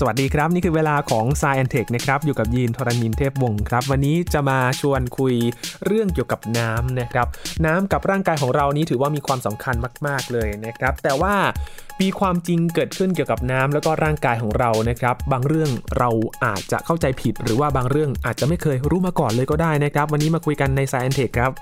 สวัสดีครับนี่คือเวลาของ Science Tech นะครับอยู่กับยีนทรณินเทพวงศ์ครับวันนี้จะมาชวนคุยเรื่องเกี่ยวกับน้ำนะครับน้ำกับร่างกายของเรานี้ถือว่ามีความสำคัญมากๆเลยนะครับแต่ว่ามีความจริงเกิดขึ้นเกี่ยวกับน้ำแล้วก็ร่างกายของเรานะครับบางเรื่องเราอาจจะเข้าใจผิดหรือว่าบางเรื่องอาจจะไม่เคยรู้มาก่อนเลยก็ได้นะครับวันนี้มาคุยกันใน Science Tech ครับ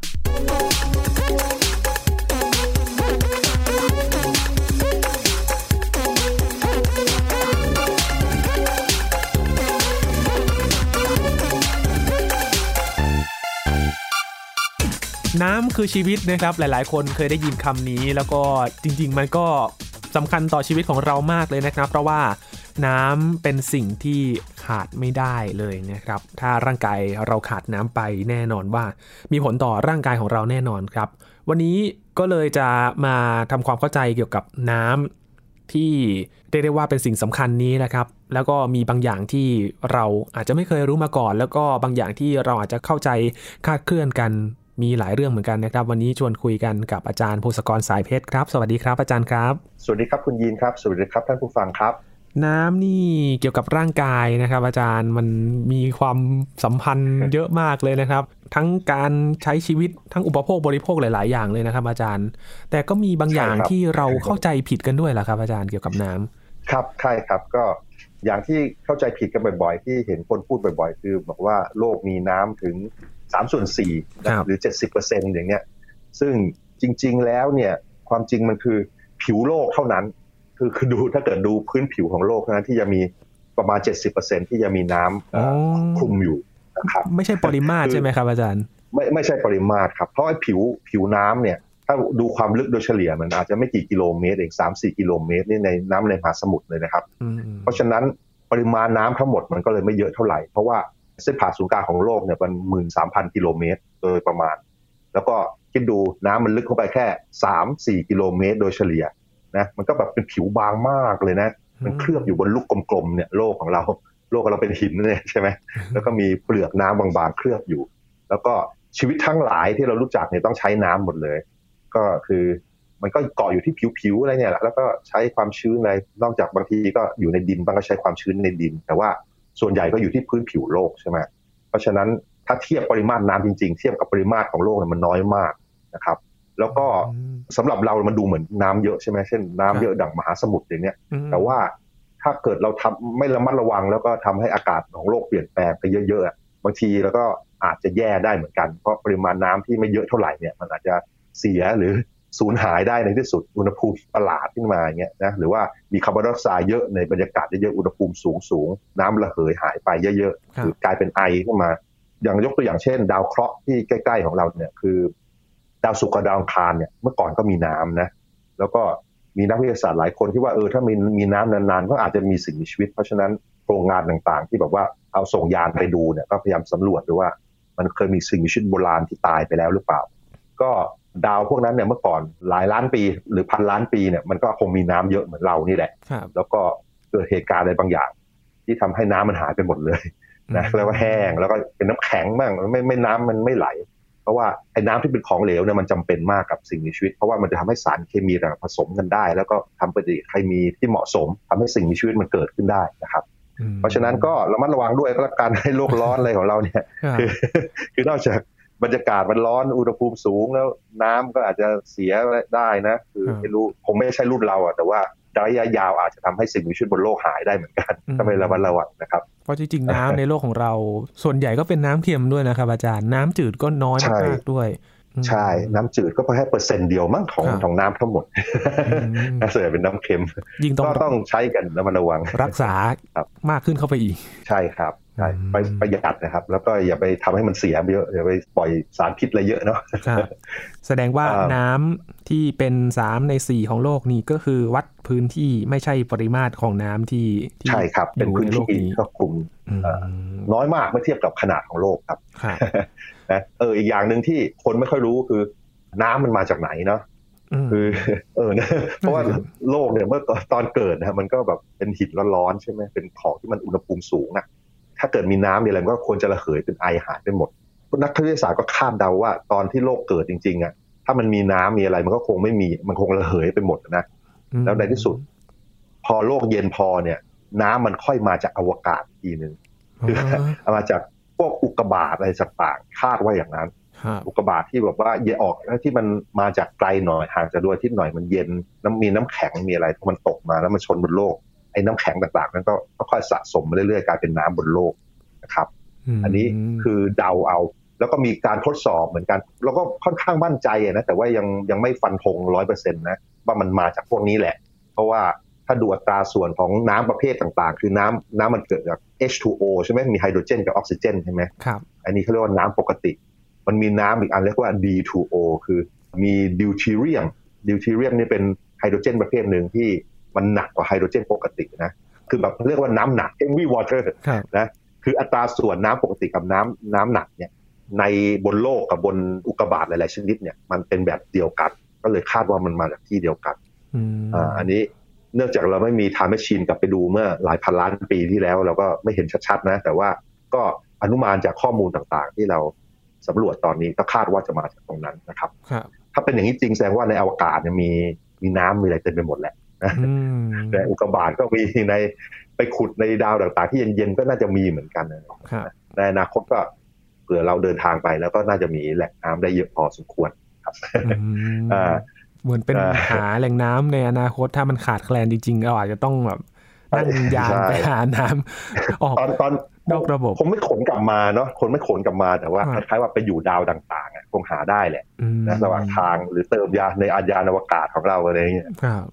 น้ำคือชีวิตนะครับหลายๆคนเคยได้ยินคำนี้แล้วก็จริงๆมันก็สำคัญต่อชีวิตของเรามากเลยนะครับเพราะว่าน้ำเป็นสิ่งที่ขาดไม่ได้เลยนะครับถ้าร่างกายเราขาดน้ำไปแน่นอนว่ามีผลต่อร่างกายของเราแน่นอนครับวันนี้ก็เลยจะมาทำความเข้าใจเกี่ยวกับน้ำที่เรียกได้ว่าเป็นสิ่งสำคัญนี้นะครับแล้วก็มีบางอย่างที่เราอาจจะไม่เคยรู้มาก่อนแล้วก็บางอย่างที่เราอาจจะเข้าใจคลาดเคลื่อนกันมีหลายเรื่องเหมือนกันนะครับวันนี้ชวนคุยกันกับอาจารย์พงศกรสายเพชรครับสวัสดีครับอาจารย์ครับสวัสดีครับคุณยีนครับสวัสดีครับท่านผู้ฟังครับน้ำนี่เกี่ยวกับร่างกายนะครับอาจารย์มันมีความสัมพันธ์เยอะมากเลยนะครับทั้งการใช้ชีวิตทั้งอุปโภคบริโภคหลายๆอย่างเลยนะครับอาจารย์แต่ก็มีบางอย่างที่เราเข้าใจผิดกันด้วยแหละครับอาจารย์เกี่ยวกับน้ำครับใช่ครับก็อย่างที่เข้าใจผิดกันบ่อยๆที่เห็นคนพูดบ่อยๆคือบอกว่าโลกมีน้ำถึง3/4 หรือ 70% อย่างเงี้ยซึ่งจริงๆแล้วเนี่ยความจริงมันคือผิวโลกเท่านั้นคือดูถ้าเกิดดูพื้นผิวของโลกเท่านั้นที่จะมีประมาณ 70% ที่จะมีน้ำคลุมอยู่นะครับไม่ใช่ปริมาตรใช่ไหมครับอาจารย์ไม่ใช่ปริมาตรครับเพราะไอ้ผิวน้ำเนี่ยถ้าดูความลึกโดยเฉลี่ยมันอาจจะไม่กี่กิโลเมตรเอง 3-4 กิโลเมตรนี่ในน้ำในมหาสมุทรเลยนะครับเพราะฉะนั้นปริมาณน้ำทั้งหมดมันก็เลยไม่เยอะเท่าไหร่เพราะว่าเส้นผ่าศูนย์กลางของโลกเนี่ยมัน 13,000 กิโลเมตรโดยประมาณแล้วก็คิดดูน้ำมันลึกเข้าไปแค่ 3-4 กิโลเมตรโดยเฉลี่ยนะมันก็แบบเป็นผิวบางมากเลยนะมันเคลือบอยู่บนลูกกลมๆเนี่ยโลกของเราเป็นหินเนี่ยใช่ไหมแล้วก็มีเปลือกน้ำบางๆเคลือบอยู่แล้วก็ชีวิตทั้งหลายที่เรารู้จักเนี่ยต้องใช้น้ำหมดเลยก็คือมันก็เกาะอยู่ที่ผิวอะไรเนี่ยแหละแล้วก็ใช้ความชื้นอะไรนอกจากบางทีก็อยู่ในดินบางก็ใช้ความชื้นในดินแต่ว่าส่วนใหญ่ก็อยู่ที่พื้นผิวโลกใช่ไหมเพราะฉะนั้นถ้าเทียบปริมาตรน้ำจริงๆเทียบกับปริมาตรของโลกมันน้อยมากนะครับแล้วก็สำหรับเรามันดูเหมือนน้ำเยอะใช่ไหมเช่นน้ำเยอะดั่งมหาสมุทรอย่างเนี้ยแต่ว่าถ้าเกิดเราทำไม่ระมัดระวังแล้วก็ทำให้อากาศของโลกเปลี่ยนแปลงไปเยอะๆบางทีแล้วก็อาจจะแย่ได้เหมือนกันเพราะปริมาณน้ำที่ไม่เยอะเท่าไหร่เนี่ยมันอาจจะเสียหรือสูญหายได้ในที่สุดอุณหภูมิประหลาดขึ้นมาอย่างเงี้ยนะหรือว่ามีคาร์บอนไดออกไซด์เยอะในบรรยากาศเยอะๆอุณหภูมิสูงน้ำระเหยหายไปเยอะๆหรือกลายเป็นไอขึ้นมาอย่างยกตัวอย่างเช่นดาวเคราะห์ที่ใกล้ๆของเราเนี่ยคือดาวศุกร์กับดาวอังคารเนี่ยเมื่อก่อนก็มีน้ำนะแล้วก็มีนักวิทยาศาสตร์หลายคนที่ว่าถ้ามีน้ำนานๆก็อาจจะมีสิ่งมีชีวิตเพราะฉะนั้นโครงงานต่างๆที่แบบว่าเอาส่งยานไปดูเนี่ยก็พยายามสำรวจดูว่ามันเคยมีสิ่งมีชีวิตโบราณที่ตายไปแล้วหรือเปล่าก็ดาวพวกนั้นเนี่ยเมื่อก่อนหลายล้านปีหรือพันล้านปีเนี่ยมันก็คงมีน้ำเยอะเหมือนเรานี่แหละแล้วก็เกิดเหตุการณ์อะไรบางอย่างที่ทำให้น้ำมันหายไปหมดเลยนะแล้วก็แห้งแล้วก็เป็นน้ำแข็งบ้างไม่น้ำมันไม่ไหลเพราะว่าไอ้น้ำที่เป็นของเหลวเนี่ยมันจำเป็นมากกับสิ่งมีชีวิตเพราะว่ามันจะทำให้สารเคมีต่างผสมกันได้แล้วก็ทำปฏิกิริยาเคมีที่เหมาะสมทำให้สิ่งมีชีวิตมันเกิดขึ้นได้นะครับเพราะฉะนั้นก็ระมัดระวังด้วยก็แล้วกันให้โลกร้อนอะไรของเราเนี่ยคือนอกจากบรรยากาศมันร้อนอุณหภูมิสูงแล้วน้ำก็อาจจะเสียได้นะคือไม่รู้คงไม่ใช่รุ่นเราแต่ว่าระยะยาวอาจจะทำให้สิ่งมีชีวิตบนโลกหายได้เหมือนกันถ้าไม่ระมัดระวังนะครับเพราะจริงๆน้ำในโลกของเราส่วนใหญ่ก็เป็นน้ำเค็มด้วยนะครับอาจารย์น้ำจืดก็น้อยมากด้วยใช่น้ำจืดก็แค่%เดียวมั้งของน้ำทั้งหมดส่วนใหญ่เป็นน้ำเค็มก็ต้องใช้กันระมัดระวังรักษามากขึ้นเข้าไปอีกใช่ครับใช่ไปประหยัดนะครับแล้วก็อย่าไปทำให้มันเสียเยอะอย่าไปปล่อยสารพิษอะไรเยอะเนาะแสดงว่าน้ำที่เป็น3 ใน 4ของโลกนี่ก็คือวัดพื้นที่ไม่ใช่ปริมาตรของน้ำที่ใช่ครับเป็นพื้นที่ครอบคลุมน้อยมากเมื่อเทียบกับขนาดของโลกครับนะอีกอย่างนึงที่คนไม่ค่อยรู้คือน้ำมันมาจากไหนเนาะคือนะเพราะว่าโลกเนี่ยเมื่อตอนเกิดนะมันก็แบบเป็นหินร้อนๆใช่ไหมเป็นของที่มันอุณหภูมิสูงอ่ะถ้าเกิดมีน้ำมีอะไรก็ควรจะระเหยเป็นไอหายไปหมดนักวิทยาศาสตร์ก็คาดเดาว่าตอนที่โลกเกิดจริงๆอ่ะถ้ามันมีน้ำมีอะไรมันก็คงไม่มีมันคงระเหยไปหมดนะแล้วในที่สุดพอโลกเย็นพอเนี่ยน้ำมันค่อยมาจากอวกาศทีนึงคือมาจากพวกอุกกาบาตอะไรต่างๆคาดว่าอย่างนั้นอุกกาบาตที่แบบว่าเย็นออกที่มันมาจากไกลหน่อยห่างจากดวงอาทิตย์หน่อยมันเย็นมีน้ำแข็งมีอะไรมันตกมาแล้วมันชนบนโลกไอ้น้ำแข็งต่างๆนั้นก็ค่อยสะสมมาเรื่อยๆกลายเป็นน้ำบนโลกนะครับอันนี้คือเดาเอาแล้วก็มีการทดสอบเหมือนกันแล้วก็ค่อนข้างมั่นใจนะแต่ว่ายังไม่ฟันธง 100% นะว่ามันมาจากพวกนี้แหละเพราะว่าถ้าดูอัตราส่วนของน้ำประเภทต่างๆคือน้ำมันเกิดจาก H2O ใช่ไหมมีไฮโดรเจนกับออกซิเจนใช่ไหมครับอันนี้เขาเรียกว่าน้ำปกติมันมีน้ำอีกอันเรียกว่า D2O คือมีดิวทีเรียมนี่เป็นไฮโดรเจนประเภทหนึ่งที่มันหนักกว่าไฮโดรเจนปกตินะคือแบบเรียกว่าน้ำหนัก heavy water นะคืออัตราส่วนน้ำปกติกับน้ำหนักเนี่ยในบนโลกกับบนอุกกาบาตหลายๆชนิดเนี่ยมันเป็นแบบเดียวกันก็เลยคาดว่ามันมาจากที่เดียวกันอันนี้เนื่องจากเราไม่มี time machine กลับไปดูเมื่อหลายพันล้านปีที่แล้วเราก็ไม่เห็นชัดๆนะแต่ว่าก็อนุมานจากข้อมูลต่างๆที่เราสำรวจตอนนี้ก็คาดว่าจะมาจากตรงนั้นนะครับถ้าเป็นอย่างนี้จริงแสดงว่าในอวกาศเนี่ยมีน้ำมีอะไรเต็มไปหมดแหละแต่อุกกาบาตก็มีในไปขุดในดาวต่างๆที่เย็นๆก็น่าจะมีเหมือนกันในอนาคตก็เผื่อเราเดินทางไปแล้วก็น่าจะมีแหล่งน้ำได้เยอะพอสมควรครับเหมือนเป็นหาแหล่งน้ำในอนาคตถ้ามันขาดแคลนจริงๆเราอาจจะต้องแบบนั่งยานไปหาน้ำออกตอนนอกระบบคงไม่ขนกลับมาเนาะคนไม่ขนกลับมาแต่ว่าคล้ายๆว่าไปอยู่ดาวต่างๆคงหาได้แหละนะระหว่างทางหรือเติมยาในยานอวกาศของเราอะไรอย่างเงี้ยครับ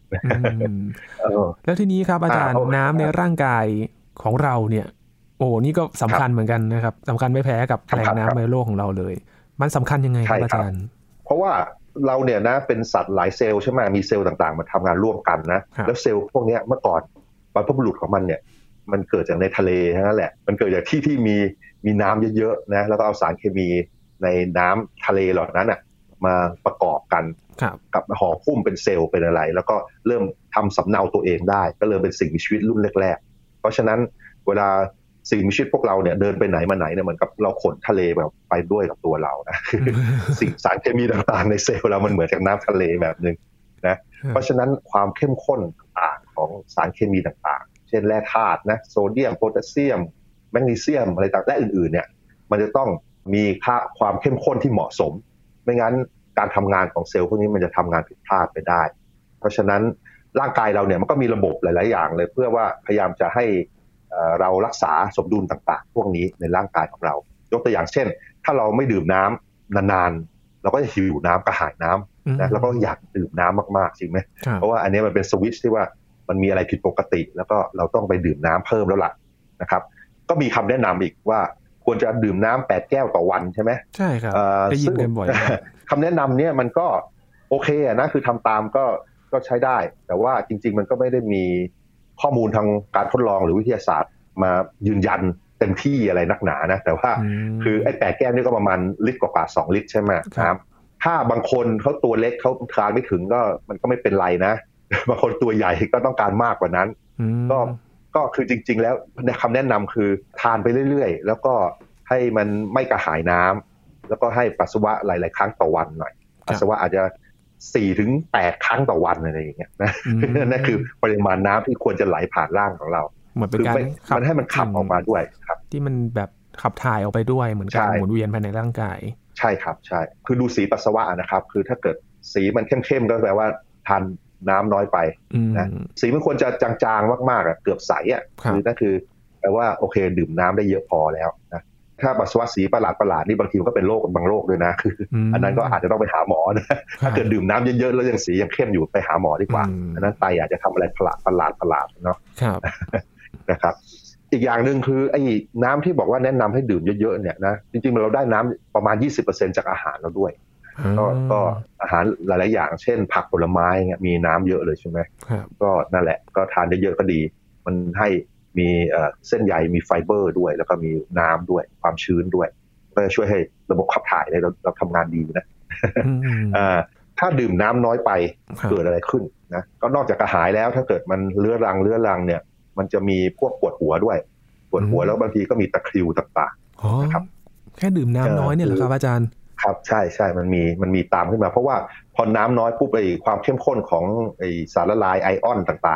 แล้วทีนี้ครับอาจารย์น้ำในร่างกายของเราเนี่ยโอ้นี่ก็สำคัญเหมือนกันนะครับสำคัญไม่แพ้กับแหล่งน้ำในโลกของเราเลยมันสำคัญยังไงครับอาจารย์เพราะว่าเราเนี่ยนะเป็นสัตว์หลายเซลล์ใช่ไหมมีเซลล์ต่างๆมาทำงานร่วมกันนะแล้วเซลล์พวกนี้เมื่อก่อนบรรพบุรุษของมันเนี่ยมันเกิดจากในทะเลนั่นแหละมันเกิดจากที่มีน้ำเยอะๆนะแล้วก็เอาสารเคมีในน้ำทะเลเหล่านั้นอ่ะมาประกอบกันกับห่อหุ้มเป็นเซลล์เป็นอะไรแล้วก็เริ่มทำสำเนาตัวเองได้ก็เริ่มเป็นสิ่งมีชีวิตรุ่นแรกๆเพราะฉะนั้นเวลาสิ่งมีชีวิตพวกเราเนี่ยเดินไปไหนมาไหนเนี่ยเหมือนกับเราขนทะเลแบบไปด้วยกับตัวเรานะสิ่งสารเคมีต่างๆในเซลล์เรามันเหมือนกับน้ำทะเลแบบนึงนะเพราะฉะนั้นความเข้มข้นต่างของสารเคมีต่างๆเช่นแร่ธาตุนะโซเดียมโพแทสเซียมแมกนีเซียมอะไรต่างๆและอื่นๆเนี่ยมันจะต้องมีค่าความเข้มข้นที่เหมาะสมไม่งั้นการทำงานของเซลล์พวกนี้มันจะทำงานผิดพลาดไปได้เพราะฉะนั้นร่างกายเราเนี่ยมันก็มีระบบหลายๆอย่างเลยเพื่อว่าพยายามจะให้เรารักษาสมดุลต่างๆพวกนี้ในร่างกายของเรายกตัวอย่างเช่นถ้าเราไม่ดื่มน้ำนานๆเราก็จะหิวน้ำกระหายน้ำนะแล้วก็อยากดื่มน้ำมากๆจริงไหมเพราะว่าอันนี้มันเป็นสวิตช์ที่ว่ามันมีอะไรผิดปกติแล้วก็เราต้องไปดื่มน้ำเพิ่มแล้วล่ะนะครับก็มีคำแนะนำอีกว่าควรจะดื่มน้ำ8 แก้วต่อวันใช่ไหมใช่ครับได้ยินกันบ่อยคำแนะนำเนี่ยมันก็โอเคนะคือทำตามก็ใช้ได้แต่ว่าจริงๆมันก็ไม่ได้มีข้อมูลทางการทดลองหรือวิทยาศาสตร์มายืนยันเต็มที่อะไรนักหนานะแต่ว่าคือไอ้8 แก้วนี่ก็ประมาณลิตรกว่า2 ลิตรใช่ไหมครับถ้าบางคนเขาตัวเล็กเขาทานไม่ถึงก็มันก็ไม่เป็นไรนะบางคนตัวใหญ่ก็ต้องการมากกว่านั้นก็คือจริงๆแล้วคำแนะนำคือทานไปเรื่อยๆแล้วก็ให้มันไม่กระหายน้ำแล้วก็ให้ปัสสาวะหลายๆครั้งต่อวันหน่อยปัสสาวะอาจจะ4-8 ครั้งต่อวันอะไรอย่างเงี้ยนะนั่นคือปริมาณน้ำที่ควรจะไหลผ่านร่างของเราเหมือนเป็นการมันให้มันขับออกมาด้วยครับที่มันแบบขับถ่ายออกไปด้วยเหมือนการหมุนเวียนภายในร่างกายใช่ครับใช่คือดูสีปัสสาวะนะครับคือถ้าเกิดสีมันเข้มๆก็แปลว่าทานน้ำน้อยไปนะสีมันควรจะจางๆมากๆเกือบใสคือนั่นคือแปลว่าโอเคดื่มน้ำได้เยอะพอแล้วนะถ้าปัสสาวะสีประหลาดนี่บางทีมันก็เป็นโรคบางโรคด้วยนะคืออันนั้นก็อาจจะต้องไปหาหมอนะถ้าเกิดดื่มน้ำเยอะๆแล้วยังสียังเข้มอยู่ไปหาหมอดีกว่าอันนั้นไตอาจจะทำอะไรประหลาดเนาะนะครับอีกอย่างนึงคือไอ้น้ำที่บอกว่าแนะนำให้ดื่มเยอะๆเนี่ยนะจริงๆเราได้น้ำประมาณ 20% จากอาหารเราด้วยก็อาหารหลายๆอย่างเช่นผักผลไม้เงี้ยมีน้ำเยอะเลยใช่ไหมก็นั่นแหละก็ทานเยอะๆก็ดีมันให้มีเส้นใยมีไฟเบอร์ด้วยแล้วก็มีน้ำด้วยความชื้นด้วยก็จะช่วยให้ระบบขับถ่ายเราทำงานดีนะถ้าดื่มน้ำน้อยไปเกิดอะไรขึ้นนะก็นอกจากกระหายแล้วถ้าเกิดมันเรื้อรังเนี่ยมันจะมีพวกปวดหัวด้วยปวดหัวแล้วบางทีก็มีตะคริวต่างๆนะครับแค่ดื่มน้ำน้อยเนี่ยเหรอครับอาจารย์ครับใช่มันมีตามขึ้นมาเพราะว่าพอน้ำน้อยปุ๊บไอ้ความเข้มข้นของไอ้สารละลายไอออนต่างๆพ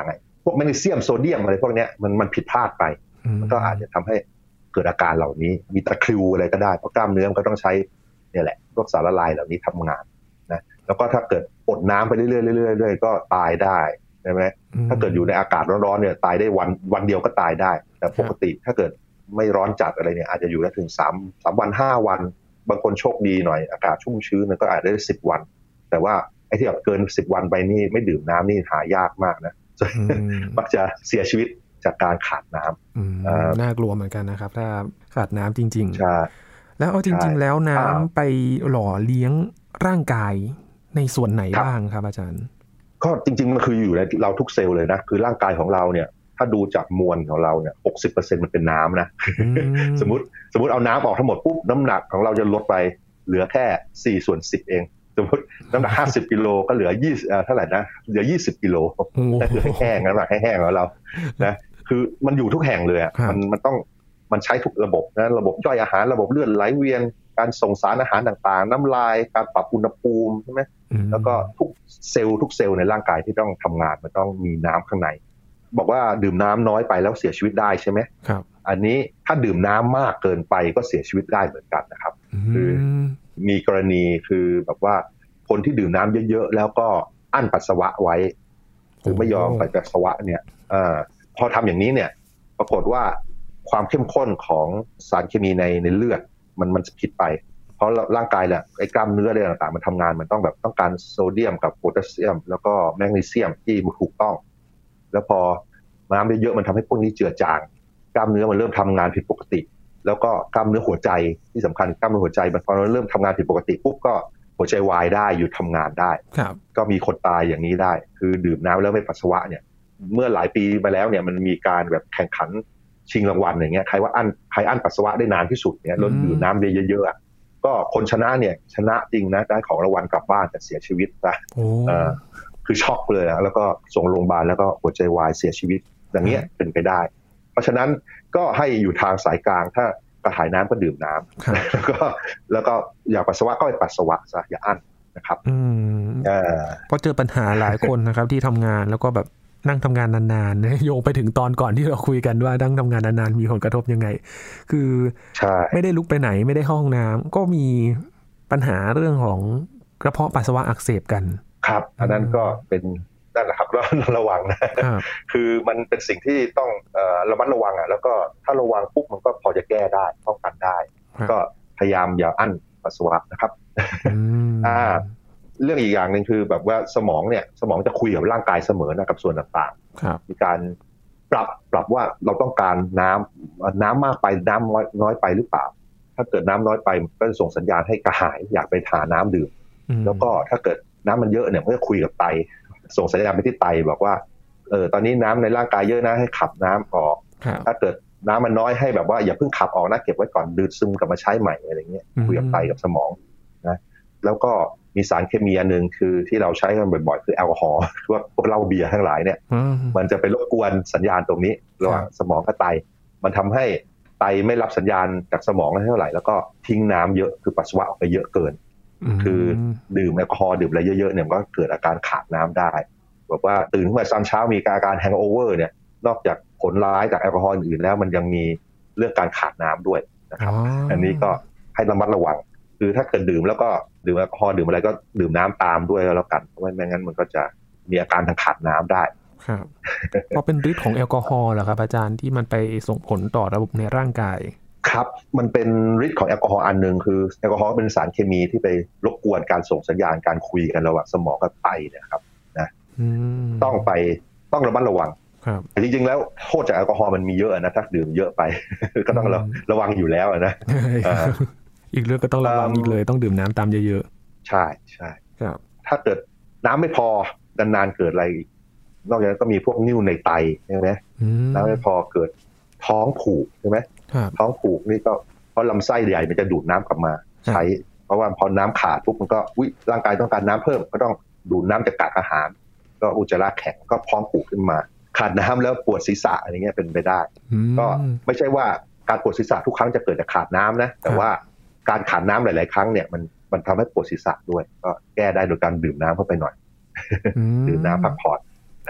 วกแมกนีเซียมโซเดียมอะไรพวกเนี้ยมันผิดพลาดไปมันก็อาจจะทำให้เกิดอาการเหล่านี้มีตะคริวอะไรก็ได้เพราะกล้ามเนื้อมันก็ต้องใช้เนี่ยแหละพวกสารละลายเหล่านี้ทำงานนะแล้วก็ถ้าเกิดอดน้ำไปเรื่อยๆก็ตายได้ใช่ไหมถ้าเกิดอยู่ในอากาศร้อนๆเนี่ยตายได้วันเดียวก็ตายได้แต่ปกติถ้าเกิดไม่ร้อนจัดอะไรเนี่ยอาจจะอยู่ได้ถึง3 วัน5 วันบางคนโชคดีหน่อยอากาศชุ่มชื้นก็อาจจะได้10 วันแต่ว่าไอ้ที่แบบเกิน10 วันไปนี่ไม่ดื่มน้ำนี่หายากมากนะมักจะเสียชีวิตจากการขาดน้ำน่ากลัวเหมือนกันนะครับถ้าขาดน้ำจริงๆใช่แล้วเอาจริงๆแล้วน้ำไปหล่อเลี้ยงร่างกายในส่วนไหนบ้างครับอาจารย์ก็จริงๆมันคืออยู่ในเราทุกเซลล์เลยนะคือร่างกายของเราเนี่ยถ้าดูจากมวลของเราเนี่ย 60% มันเป็นน้ำนะสมมติเอาน้ำออกทั้งหมดปุ๊บน้ำหนักของเราจะลดไปเหลือแค่4/10เองสมมติน้ำหนัก50 กิโลก็เหลือ20เท่าไหร่นะเหลือ20 กิโลนั่นคือแห้งน้ำหนักแห้งแล้วเรานะคือมันอยู่ทุกแห่งเลยอ่ะมันใช้ทุกระบบนะระบบย่อยอาหารระบบเลือดไหลเวียนการส่งสารอาหารต่างๆน้ำลายการปรับอุณหภูมิใช่ไหมแล้วก็ทุกเซลล์ในร่างกายที่ต้องทำงานมันต้องมีน้ำข้างในบอกว่าดื่มน้ำน้อยไปแล้วเสียชีวิตได้ใช่ไหมครับอันนี้ถ้าดื่มน้ำมากเกินไปก็เสียชีวิตได้เหมือนกันนะครับคือมีกรณีคือแบบว่าคนที่ดื่มน้ำเยอะๆแล้วก็อั้นปัสสาวะไว้หรือไม่ยอมไปปัสสาวะเนี่ยพอทำอย่างนี้เนี่ยปรากฏว่าความเข้มข้นของสารเคมีในเลือดมันจะผิดไปเพราะร่างกายเนี่ยไอ้กล้ามเนื้ออะไรต่างๆมันทำงานมันต้องการโซเดียมกับโพแทสเซียมแล้วก็แมกนีเซียมที่ถูกต้องแล้วพอน้ำเยอะๆมันทำให้พวกนี้เจือจางกล้ามเนื้อมันเริ่มทำงานผิดปกติแล้วก็กล้ามเนื้อหัวใจที่สำคัญกล้ามเนื้อหัวใจมันพอเริ่มทำงานผิดปกติปุ๊บก็หัวใจวายได้หยุดทำงานได้ก็มีคนตายอย่างนี้ได้คือดื่มน้ำแล้วไม่ปัสสาวะเนี่ยเมื่อหลายปีมาแล้วเนี่ยมันมีการแบบแข่งขันชิงรางวัลอย่างเงี้ยใครอั้นปัสสาวะได้นานที่สุดเนี่ยแล้วดื่มน้ำเยอะๆก็คนชนะเนี่ยชนะจริงนะได้ของรางวัลกลับบ้านแต่เสียชีวิตนะคือช็อกเลยแล้วก็ส่งโรงพยาบาลแล้วก็หัวใจวายเสียชีวิตอย่างเงี้ยเป็นไปได้เพราะฉะนั้นก็ให้อยู่ทางสายกลางถ้ากระหายน้ำก็ดื่มน้ำแล้วก็อยากปัสสาวะก็ไปปัสสาวะซะอย่าอั้นนะครับเพราะเจอปัญหาหลายคนนะครับที่ทำงานแล้วก็แบบนั่งทำงานนานๆโยงไปถึงตอนก่อนที่เราคุยกันว่านั่งทำงานนานๆมีผลกระทบยังไงคือไม่ได้ลุกไปไหนไม่ได้เข้าห้องน้ำก็มีปัญหาเรื่องของกระเพาะปัสสาวะอักเสบกันครับอันนั้นก็เป็นนั่นแหละครับระวังนะคือมันเป็นสิ่งที่ต้องระมัดระวังอ่ะแล้วก็ถ้าระวังปุ๊บมันก็พอจะแก้ได้ป้องกันได้ก็พยายามอย่าอั้นปัสสาวะนะครับเรื่องอีกอย่างนึงคือแบบว่าสมองจะคุยกับร่างกายเสมอนะกับส่วนต่างๆมีการปรับว่าเราต้องการน้ำมากไปน้ำน้อยไปหรือเปล่าถ้าเกิดน้ำน้อยไปก็จะส่งสัญญาณให้กระหายอยากไปหาน้ำดื่มแล้วก็ถ้าเกิดน้ำมันเยอะเนี่ยมันจะคุยกับไตส่งสัญญาณไปที่ไตบอกว่าตอนนี้น้ำในร่างกายเยอะนะให้ขับน้ำออกถ้าเกิดน้ำมันน้อยให้แบบว่าอย่าเพิ่งขับออกนะเก็บไว้ก่อนดูดซึมกลับมาใช้ใหม่อะไรเงี้ยคุยกับไตกับสมองนะแล้วก็มีสารเคมีอันนึงคือที่เราใช้กันบ่อยๆคือแอลกอฮอล์ว่าพวกเหล้าเบียร์ทั้งหลายเนี่ยมันจะไปรบกวนสัญญาณตรงนี้ระหว่างสมองกับไตมันทำให้ไตไม่รับสัญญาณจากสมองเท่าไหร่แล้วก็ทิ้งน้ำเยอะคือปัสสาวะออกไปเยอะเกินคือดื่มแอลกอฮอล์ดื่มอะไรเยอะๆเนี่ยก็เกิดอาการขาดน้ำได้แบบว่าตื่นขึ้นมาตอนเช้ามีอาการแฮงโอเวอร์เนี่ยนอกจากผลร้ายจากแอลกอฮอล์อื่นแล้วมันยังมีเรื่องการขาดน้ำด้วยนะครับอันนี้ก็ให้ระมัดระวังคือถ้าเกิดดื่มแล้วก็ดื่มแอลกอฮอล์ดื่มอะไรก็ดื่มน้ำตามด้วยแล้วกันเพราะไม่งั้นมันก็จะมีอาการทางขาดน้ำได้ครับเพราะเป็นฤทธิ์ของแอลกอฮอล์เหรอครับอาจารย์ที่มันไปส่งผลต่อระบบในร่างกายครับมันเป็นฤทธิ์ของแอลกอฮอล์อันนึงคือแอลกอฮอล์เป็นสารเคมีที่ไปรบกวนการส่งสัญญาณการคุยกันระหว่างสมองกับไตนะครับนะต้องระมัดระวังจริงๆแล้วโทษจากแอลกอฮอล์มันมีเยอะนะถ้าดื่มเยอะไปก็ต้องระวังอยู่แล้วนะอีกเรื่องก็ต้องระวังอีกเลยต้องดื่มน้ำตามเยอะๆใช่ใช่ครับถ้าเกิดน้ำไม่พอนานๆเกิดอะไรนอกจากนั้นก็มีพวกนิ่วในไตใช่ไหมน้ำไม่พอเกิดท้องผูกใช่ไหมท้องผูกนี่ก็เพราะลำไส้ใหญ่มันจะดูดน้ำกลับมาใช้เพราะว่าพอน้ำขาดปุ๊บมันก็ร่างกายต้องการน้ำเพิ่มก็ต้องดูดน้ำจากกากอาหารก็อุจจาระแข็งก็ท้องผูกขึ้นมาขาดน้ำแล้วปวดศีรษะอะไรเงี้ยเป็นไปได้ก็ไม่ใช่ว่าการปวดศีรษะทุกครั้งจะเกิดจากขาดน้ำนะแต่ว่าการขาดน้ำหลายๆครั้งเนี่ยมันทำให้ปวดศีรษะด้วยก็แก้ได้โดยการดื่มน้ำเข้าไปหน่อยดื่มน้ำพักผ่อนนะ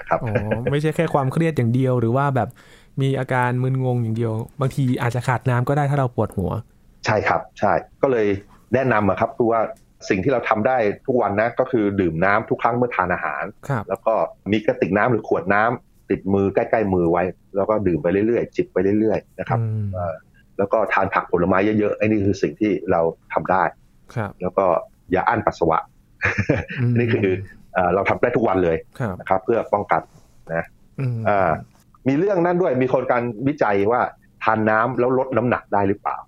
นะครับไม่ใช่แค่ความเครียดอย่างเดียวหรือว่าแบบมีอาการมึนงงอย่างเดียวบางทีอาจจะขาดน้ำก็ได้ถ้าเราปวดหัวใช่ครับใช่ก็เลยแนะนำครับคือว่าสิ่งที่เราทำได้ทุกวันนะก็คือดื่มน้ำทุกครั้งเมื่อทานอาหารแล้วก็มีกระติกน้ำหรือขวดน้ำติดมือใกล้ๆมือไว้แล้วก็ดื่มไปเรื่อยๆจิบไปเรื่อยๆนะครับแล้วก็ทานผักผลไม้เยอะๆไอ้นี่คือสิ่งที่เราทำได้แล้วก็อย่าอั้นปัสสาวะ นี่คือเราทำได้ทุกวันเลยนะครับเพื่อป้องกันนะมีเรื่องนั้นด้วยมีคนการวิจัยว่าทานน้ำแล้วลดน้ำหนักได้หรือเปล่า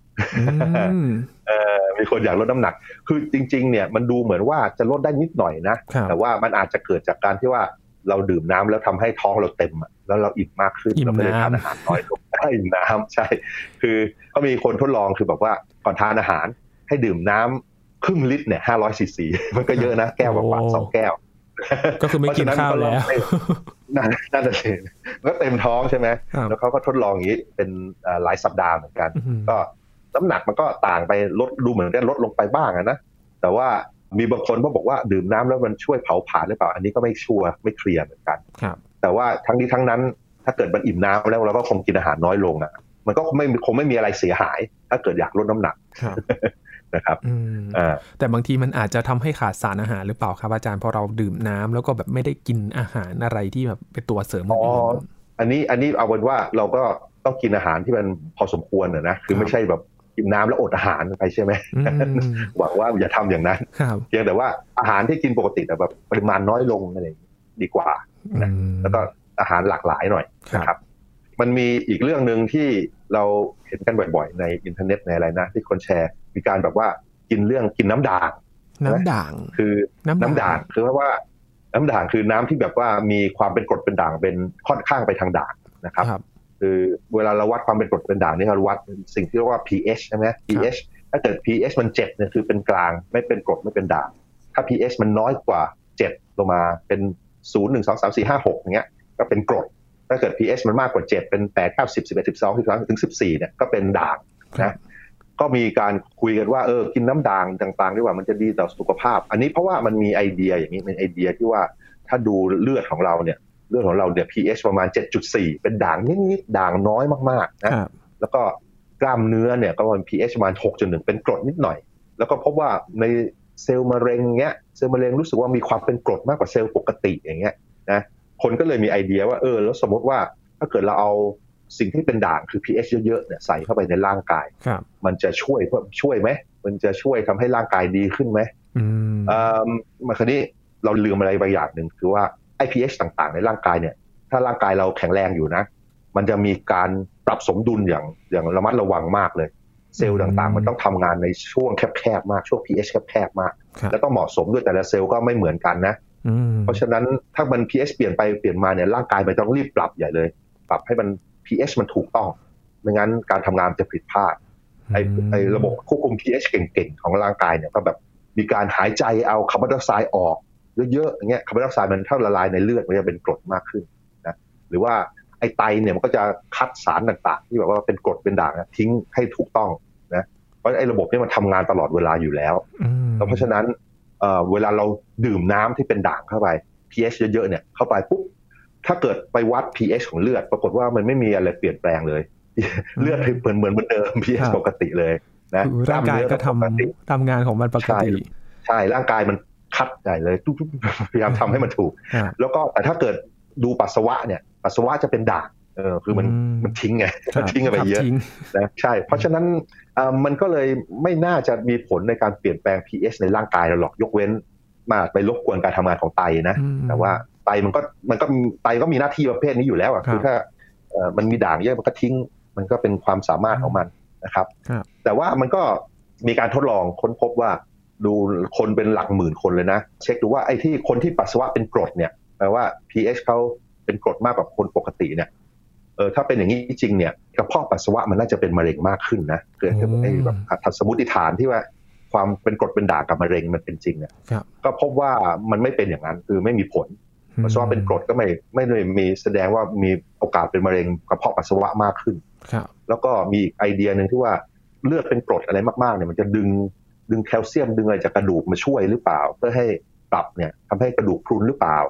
มีคนอยากลดน้ำหนักคือจริงๆเนี่ยมันดูเหมือนว่าจะลดได้นิดหน่อยนะแต่ว่ามันอาจจะเกิดจากการที่ว่าเราดื่มน้ำแล้วทำให้ท้องเราเต็มแล้วเราอิ่มมากขึ้นเราไม่ได้ทานอาหารน้อยลงได้อิ่มน้ำใช่คือก็มีคนทดลองคือบอกว่าก่อนทานอาหารให้ดื่มน้ำครึ่งลิตรเนี่ย500 ซีซีมันก็เยอะนะแก้วกว่า2 แก้วก็คือไม่กินข้าวแล้วน่าจะเห็นก็เต็มท้องใช่ไหมแล้วเขาก็ทดลองอย่างนี้เป็นหลายสัปดาห์เหมือนกันก็น้ำหนักมันก็ต่างไปลดดูเหมือนกันลดลงไปบ้างนะแต่ว่ามีบางคนก็บอกว่าดื่มน้ำแล้วมันช่วยเผาผลาญหรือเปล่าอันนี้ก็ไม่ชัวร์ไม่เคลียร์เหมือนกันแต่ว่าทั้งนี้ทั้งนั้นถ้าเกิดมันอิ่มน้ำแล้วเราก็คงกินอาหารน้อยลงมันก็คงไม่มีอะไรเสียหายถ้าเกิดอยากลดน้ำหนักนะครับแต่บางทีมันอาจจะทำให้ขาดสารอาหารหรือเปล่าครับอาจารย์พอเราดื่มน้ำแล้วก็แบบไม่ได้กินอาหารอะไรที่แบบเป็นตัวเสริมอันนี้เอาเป็นว่าเราก็ต้องกินอาหารที่มันพอสมควรนะคือไม่ใช่แบบกินน้ำแล้วอดอาหารไปใช่ไหมหวังว่าอย่าทำอย่างนั้นเพียงแต่ว่าอาหารที่กินปกติแต่แบบปริมาณน้อยลงอะไรดีกว่านะแล้วก็อาหารหลากหลายหน่อยนะครับมันมีอีกเรื่องนึงที่เราเห็นกันบ่อยๆในอินเทอร์เน็ตในอะไรนะที่คนแชร์มีการแบบว่ากินน้ำด่างคือน้ำด่างคือว่าน้ำด่างคือน้ำที่แบบว่ามีความเป็นกรดเป็นด่างเป็นค่อนข้างไปทางด่างนะครับคือเวลาเราวัดความเป็นกรดเป็นด่างนี่เราวัดสิ่งที่เรียกว่า pH ใช่ไหม pH ถ้าเกิด pH มัน7เนี่ยคือเป็นกลางไม่เป็นกรดไม่เป็นด่างถ้า pH มันน้อยกว่า7ลงมาเป็น0 1 2 3 4 5 6อย่างเงี้ยก็เป็นกรดถ้าเกิด pH มันมากกว่า7เป็น8 9 10 11 12 13ถึง14เนี่ยก็เป็นด่างนะก็มีการคุยกันว่ากินน้ำด่างต่างๆดีกว่ามันจะดีต่อสุขภาพอันนี้เพราะว่ามันมีไอเดียอย่างนี้เป็นไอเดียที่ว่าถ้าดูเลือดของเราเนี่ยpH ประมาณ 7.4 เป็นด่างนิดๆด่างน้อยมากๆนะแล้วก็กล้ามเนื้อเนี่ยก็มัน pH ประมาณ 6.1 เป็นกรดนิดหน่อยแล้วก็พบว่าในเซลล์มะเร็งเงี้ยเซลล์มะเร็งรู้สึกว่ามีความเป็นกรดมากกว่าเซลล์ปกติอย่างเงี้ยนะคนก็เลยมีไอเดียว่าแล้วสมมติว่าถ้าเกิดเราเอาสิ่งที่เป็นด่างคือ pH เยอะๆเนี่ยใส่เข้าไปในร่างกายมันจะช่วยไหมมันจะช่วยทำให้ร่างกายดีขึ้นไหมมาคราวนี้เราลืมอะไรบางอย่างหนึ่งคือว่าpH ต่างๆในร่างกายเนี่ยถ้าร่างกายเราแข็งแรงอยู่นะมันจะมีการปรับสมดุลอย่างระมัดระวังมากเลยเซลล์ต่างๆมันต้องทำงานในช่วงแคบๆมากช่วง pH แคบๆมากแล้วต้องเหมาะสมด้วยแต่ละเซลล์ก็ไม่เหมือนกันนะเพราะฉะนั้นถ้ามัน pH เปลี่ยนไปเปลี่ยนมาเนี่ยร่างกายมันต้องรีบปรับใหญ่เลยปรับให้มัน pH มันถูกต้องไม่งั้นการทำงานจะผิดพลาดไอ้ระบบควบคุม pH เก่งๆของร่างกายเนี่ยก็แบบมีการหายใจเอาคาร์บอนไดออกไซด์ออกเยอะๆอย่างเงี้ยคาร์บอนไดออกไซด์มันถ้าละลายในเลือดมันจะเป็นกรดมากขึ้นนะหรือว่าไอ้ไตเนี่ยมันก็จะคัดสารต่างๆที่แบบว่าเป็นกรดเป็นด่างทิ้งให้ถูกต้องนะเพราะไอ้ระบบนี้มันทำงานตลอดเวลาอยู่แล้วเพราะฉะนั้นเวลาเราดื่มน้ำที่เป็นด่างเข้าไป pH เยอะๆเนี่ยเข้าไปปุ๊บถ้าเกิดไปวัด pH ของเลือดปรากฏว่ามันไม่มีอะไรเปลี่ยนแปลงเลยเลือดเหมือนเดิม pH ปกติเลยนะร่างกายก็ทำงานของมันปกติใช่ร่างกายมันคัดใหญ่เลยพยายามทำให้มันถูกแล้วก็แต่ถ้าเกิดดูปัสสาวะเนี่ยปัสสาวะจะเป็นด่างคือมันทิ้งไงทิ้งไปเยอะนะใช่เพราะฉะนั้นมันก็เลยไม่น่าจะมีผลในการเปลี่ยนแปลง pH ในร่างกายเราหรอกยกเว้นมาไปรบกวนการทำงานของไตนะแต่ว่าไตมันก็ไตก็มีหน้าที่ประเภทนี้อยู่แล้วคือถ้ามันมีด่างเยอะมันก็ทิ้งมันก็เป็นความสามารถของมันนะครับแต่ว่ามันก็มีการทดลองค้นพบว่าดูคนเป็นหลักหมื่นคนเลยนะเช็คดูว่าไอ้ที่คนที่ปัสสาวะเป็นกรดเนี่ยแปลว่า pH เขาเป็นกรดมากกว่าคนปกติเนี่ยถ้าเป็นอย่างนี้จริงเนี่ยกระเพาะปัสสาวะมันน่าจะเป็นมะเร็งมากขึ้นนะเกิดไอ้แบบสมมติฐานที่ว่าความเป็นกรดเป็นด่างกับมะเร็งมันเป็นจริงเนี่ยก็พบว่ามันไม่เป็นอย่างนั้นคือไม่มีผลปัสสาวะเป็นกรดก็ไม่ได้มีแสดงว่ามีโอกาสเป็นมะเร็งกระเพาะปัสสาวะมากขึ้นแล้วก็มีไอเดียนึงที่ว่าเลือดเป็นกรดอะไรมากๆเนี่ยมันจะดึงแคลเซียมดึงอะไรจากกระดูกมาช่วยหรือเปล่าเพื่อให้ปรับเนี่ยทำให้กระดูกพรุนหรือเปล่า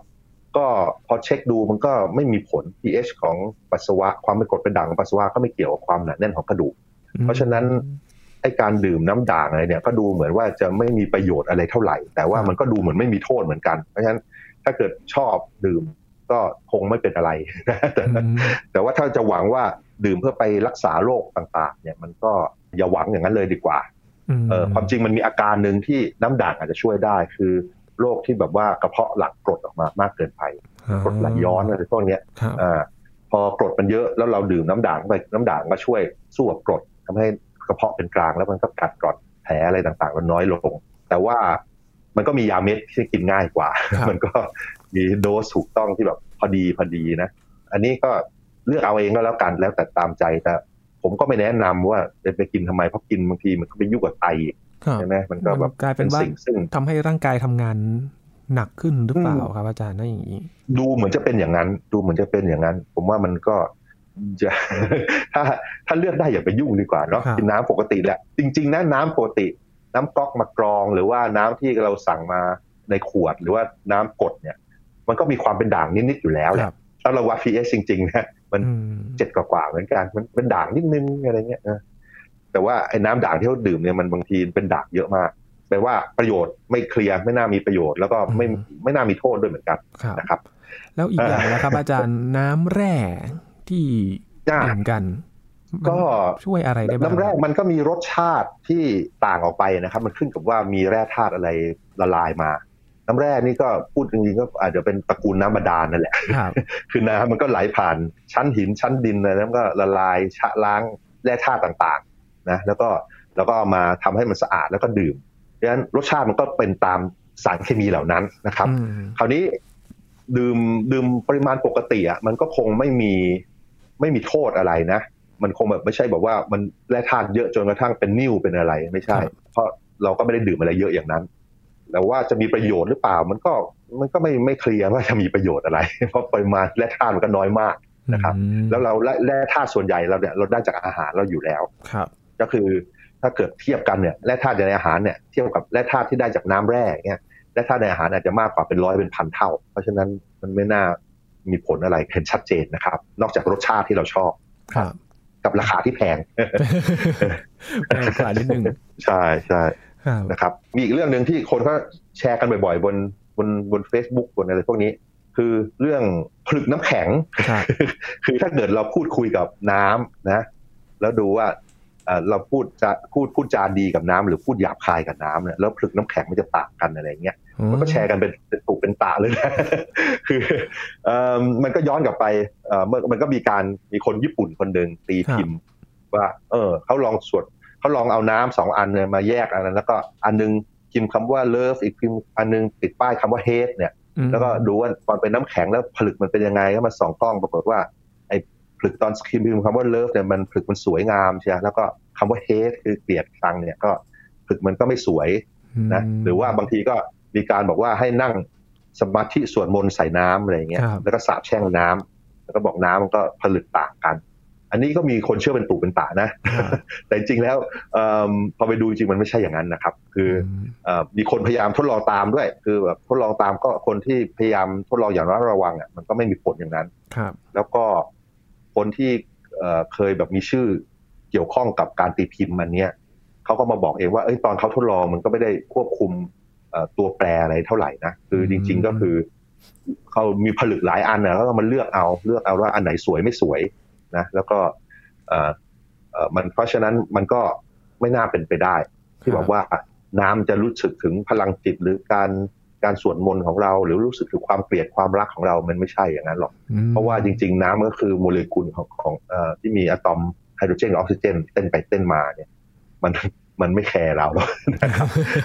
ก็พอเช็คดูมันก็ไม่มีผล pH ของปัสสาวะความเป็นกรดเป็นด่างของปัสสาวะก็ไม่เกี่ยวกับความหนาแน่นของกระดูกเพราะฉะนั้นไอ้การดื่มน้ำด่างอะไรเนี่ยก็ดูเหมือนว่าจะไม่มีประโยชน์อะไรเท่าไหร่แต่ว่ามันก็ดูเหมือนไม่มีโทษเหมือนกันเพราะฉะนั้นถ้าเกิดชอบดื่มก็คงไม่เป็นอะไรแต่ว่าถ้าจะหวังว่าดื่มเพื่อไปรักษาโรคต่างๆเนี่ยมันก็อย่าหวังอย่างนั้นเลยดีกว่าความจริงมันมีอาการหนึ่งที่น้ำด่างอาจจะช่วยได้คือโรคที่แบบว่ากระเพาะหลักกรดออกมามากเกินไปกรดไหลย้อนอะไรพวกนี้พอกรดมันเยอะแล้วเราดื่มน้ำด่างไปน้ำด่างก็ช่วยสู้กับกรดทำให้กระเพาะเป็นกลางแล้วมันก็กัดกร่อนแผลอะไรต่างๆมันน้อยลงแต่ว่ามันก็มียาเม็ดที่กินง่ายกว่ามันก็มีโดสถูกต้องที่แบบพอดีนะอันนี้ก็เลือกเอาเองก็แล้วกันแล้วแต่ตามใจแต่ผมก็ไม่แนะนำว่าจะไปกินทำไมเพราะกินบางทีมันก็ไปยุ่งกับไตใช่ไหมมันก็แบบกลายเป็นว่าทำให้ร่างกายทำงานหนักขึ้นหรือเปล่าครับอาจารย์นั่นอย่างนี้ดูเหมือนจะเป็นอย่างนั้นผมว่ามันก็จะถ้าเลือกได้อย่าไปยุ่งดีกว่าเนาะกินน้ำปกติแหละจริงๆนะน้ำปกติน้ำก๊อกมากรองหรือว่าน้ำที่เราสั่งมาในขวดหรือว่าน้ำกดเนี่ยมันก็มีความเป็นด่างนิดๆอยู่แล้วแหละถ้าเราวัด pH จริงๆนะมัน7กว่าเหมือนกันมันเป็นด่างนิดนึงอะไรเงี้ยนะแต่ว่าไอ้น้ำด่างที่เราดื่มเนี่ยมันบางทีเป็นด่างเยอะมากแปลว่าประโยชน์ไม่เคลียร์ไม่น่ามีประโยชน์แล้วก็ไม่น่ามีโทษด้วยเหมือนกันนะครับแล้วอีกอย่างนะครับอาจารย์น้ำแร่ที่ดื่มกันก็ช่วยอะไรได้บ้างน้ำแร่มันก็มีรสชาติที่ต่างออกไปนะครับมันขึ้นกับว่ามีแร่ธาตุอะไรละลายมาน้ำแร่นี่ก็พูดจริงๆก็อาจจะเป็นตระกูลน้ำบาดาลนั่นแหละคือน้ำมันก็ไหลผ่านชั้นหินชั้นดินแล้วก็ละลายชะล้างแร่ธาตุต่างๆนะแล้วก็มาทำให้มันสะอาดแล้วก็ดื่มเพราะฉะนั้นรสชาติมันก็เป็นตามสารเคมีเหล่านั้นนะครับคราวนี้ดื่มปริมาณปกติอ่ะมันก็คงไม่มีโทษอะไรนะมันคงแบบไม่ใช่แบบว่ามันแร่ธาตุเยอะจนกระทั่งเป็นนิ่วเป็นอะไรไม่ใช่เพราะเราก็ไม่ได้ดื่มอะไรเยอะอย่างนั้นแต่ว่าจะมีประโยชน์หรือเปล่ามันก็ไม่เคลียร์ว่าจะมีประโยชน์อะไรเพราะปริมาณแร่ธาตุมันก็น้อยมากนะครับแล้วเราแร่ธาตุส่วนใหญ่เราเนี่ยเราได้จากอาหารเราอยู่แล้วก็คือถ้าเกิดเทียบกันเนี่ยแร่ธาตุในอาหารเนี่ยเทียบกับแร่ธาตุที่ได้จากน้ำแร่เนี่ยแร่ธาตุในอาหารอาจจะมากกว่าเป็น100เป็นพันเท่าเพราะฉะนั้นมันไม่น่ามีผลอะไรเห็นชัดเจนนะครับนอกจากรสชาติที่เราชอบกับราคาที่แพงแพงกว่านิดนึงใช่ใช่นะครับมีอีกเรื่องนึงที่คนก็แชร์กันบ่อยๆบน Facebook บนอะไรพวกนี้คือเรื่องผลึกน้ำแข็งคือถ้าเกิดเราพูดคุยกับน้ำนะแล้วดูว่าเราพูดจาดีกับน้ำหรือพูดหยาบคายกับน้ำเนี่ยแล้วผลึกน้ำแข็งมันจะต่างกันอะไรเงี้ยมันก็แชร์กันเป็นตุเป็นตาเลยนะคือมันก็ย้อนกลับไปมันก็มีคนญี่ปุ่นคนหนึ่งตีพิมพ์ว่าเขาลองเอาน้ำ2อันเนี่ยมาแยกอันนั้นแล้วก็อันนึงพิมพ์คำว่า love อีกพิมพ์อันนึงติดป้ายคำว่า hate เนี่ยแล้วก็ดูว่าตอนเป็นน้ำแข็งแล้วผลึกมันเป็นยังไงก็มาส่องกล้องปรากฏว่าไอ้ผลึกตอนพิมพ์คำว่า love เนี่ยมันผลึกมันสวยงามใช่ไหมแล้วก็คำว่า hate คือเกลียดชังเนี่ยก็ผลึกมันก็ไม่สวยนะหรือว่าบางทีก็มีการบอกว่าให้นั่งสมาธิสวดมนต์ใส่น้ำอะไรอย่างเงี้ยแล้วก็สาบแช่งน้ำแล้วก็บอกน้ำมันก็ผลึกต่างกันอันนี้ก็มีคนเชื่อเป็นตุเป็นตานะแต่จริงๆแล้วพอไปดูจริงมันไม่ใช่อย่างนั้นนะครับคือมีคนพยายามทดลองตามด้วยคือแบบทดลองตามก็คนที่พยายามทดลองอย่างระวังอ่ะมันก็ไม่มีผลอย่างนั้นแล้วก็คนที่เคยแบบมีชื่อเกี่ยวข้องกับการตีพิมพ์มันเนี้ยเขาก็มาบอกเองว่าตอนเขาทดลองมันก็ไม่ได้ควบคุมตัวแปรอะไรเท่าไหร่นะคือจริงๆก็คือเขามีผลึกหลายอันนะแล้วก็มันเลือกเอาว่าอันไหนสวยไม่สวยนะแล้วก็มันเพราะฉะนั้นมันก็ไม่น่าเป็นไปได้ที่บอกว่าน้ำจะรู้สึกถึงพลังจิตหรือการสวดมนต์ของเราหรือรู้สึกถึงความเกลียดความรักของเรามันไม่ใช่อย่างนั้นหรอกเพราะว่าจริงๆน้ำก็คือโมเลกุลของที่มีอะตอมไฮโดรเจนกับออกซิเจนเต้นไปเต้นมาเนี่ยมันไม่แคร์เราหรอกนะครับ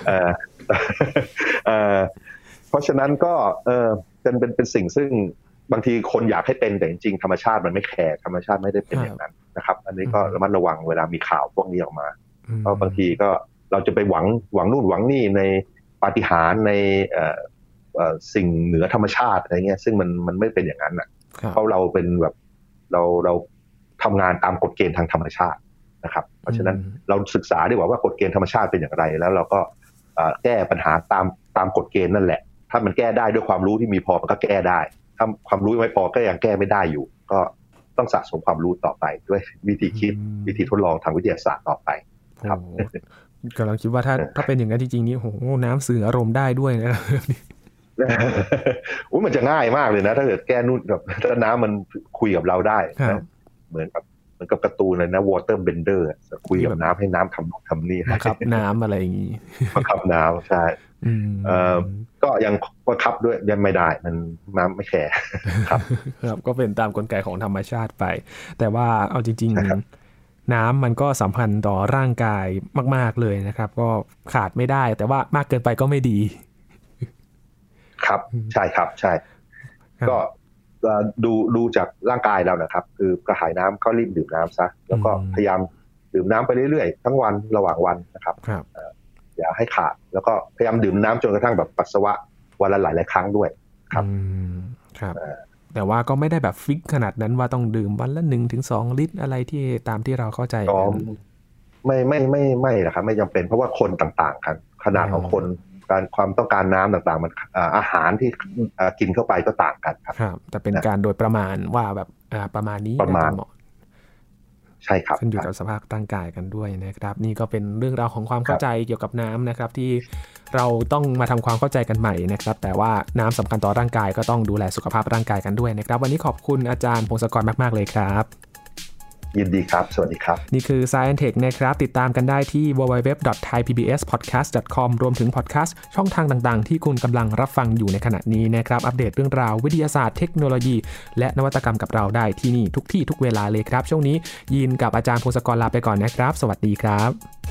เพราะฉะนั้นก็เป็นสิ่งซึ่งบางทีคนอยากให้เป็นแต่จริงๆธรรมชาติมันไม่แคร์ธรรมชาติไม่ได้เป็นอย่างนั้นนะครับอันนี้ก็ระมัดระวังเวลามีข่าวพวกนี้ออกมาเพราะบางทีก็เราจะไปหวังนู่นหวังนี่ในปาฏิหาริย์ในสิ่งเหนือธรรมชาติอะไรเงี้ยซึ่งมันไม่เป็นอย่างนั้นอ่ะเพราะเราเป็นแบบเราทำงานตามกฎเกณฑ์ทางธรรมชาตินะครับเพราะฉะนั้นเราศึกษาดีกว่ากฎเกณฑ์ธรรมชาติเป็นอย่างไรแล้วเราก็แก้ปัญหาตามกฎเกณฑ์นั่นแหละถ้ามันแก้ได้ด้วยความรู้ที่มีพอมันก็แก้ได้ถ้าความรู้ไม่พอก็ยังแก้ไม่ได้อยู่ก็ต้องสะสมความรู้ต่อไปด้วยวิธีคิดวิธีทดลองทางวิทยาศาสตร์ต่อไปครับกำลังคิดว่าถ้าเป็นอย่างนั้นจริงๆนี่โหน้ำสื่ออารมณ์ได้ด้วยนะมันจะง่ายมากเลยนะถ้าเกิดแก้นู่นกับถ้าน้ำมันคุยกับเราได้นะเหมือนกับการ์ตูนเลยนะ Water Bender คุยกับน้ำให้น้ำทำนี่ครับน้ำอะไรอย่างนี้ครับน้ำใช่ก็ยังบังคับด้วยยังไม่ได้มันน้ำไม่แคร์ครับก็เป็นตามกลไกของธรรมชาติไปแต่ว่าเอาจริงๆน้ำมันก็สัมพันธ์ต่อร่างกายมากๆเลยนะครับก็ขาดไม่ได้แต่ว่ามากเกินไปก็ไม่ดีครับใช่ครับใช่ก็ดูจากร่างกายเรานะครับคือกระหายน้ำก็รีบดื่มน้ำซะแล้วก็พยายามดื่มน้ำไปเรื่อยๆทั้งวันระหว่างวันนะครับอย่าให้ขาดแล้วก็พยายามดื่มน้ำจนกระทั่งแบบปัสสาวะวันละหลายครั้งด้วยครับแต่ว่าก็ไม่ได้แบบฟิกขนาดนั้นว่าต้องดื่มวันละ 1-2 ลิตรอะไรที่ตามที่เราเข้าใจไม่นะครับไม่จำเป็นเพราะว่าคนต่างๆกันขนาดของคนการความต้องการน้ำต่างๆมันอาหารที่กินเข้าไปก็ต่างกันครับแต่เป็นการโดยประมาณว่าแบบประมาณนี้ประมาณใช่ครับขึ้นอยู่กับสภาพร่างกายกันด้วยนะครับนี่ก็เป็นเรื่องราวของความเข้าใจเกี่ยวกับน้ำนะครับที่เราต้องมาทำความเข้าใจกันใหม่นะครับแต่ว่าน้ำสำคัญต่อร่างกายก็ต้องดูแลสุขภาพร่างกายกันด้วยนะครับวันนี้ขอบคุณอาจารย์พงศกรมากๆเลยครับยินดีครับสวัสดีครับนี่คือ Science Tech นะครับติดตามกันได้ที่ www.thaipbspodcast.com รวมถึงพอดแคสต์ช่องทางต่างๆที่คุณกำลังรับฟังอยู่ในขณะนี้นะครับอัปเดตเรื่องราววิทยาศาสตร์เทคโนโลยีและนวัตกรรมกับเราได้ที่นี่ทุกที่ทุกเวลาเลยครับช่วงนี้ยินกับอาจารย์พงศกรลาไปก่อนนะครับสวัสดีครับ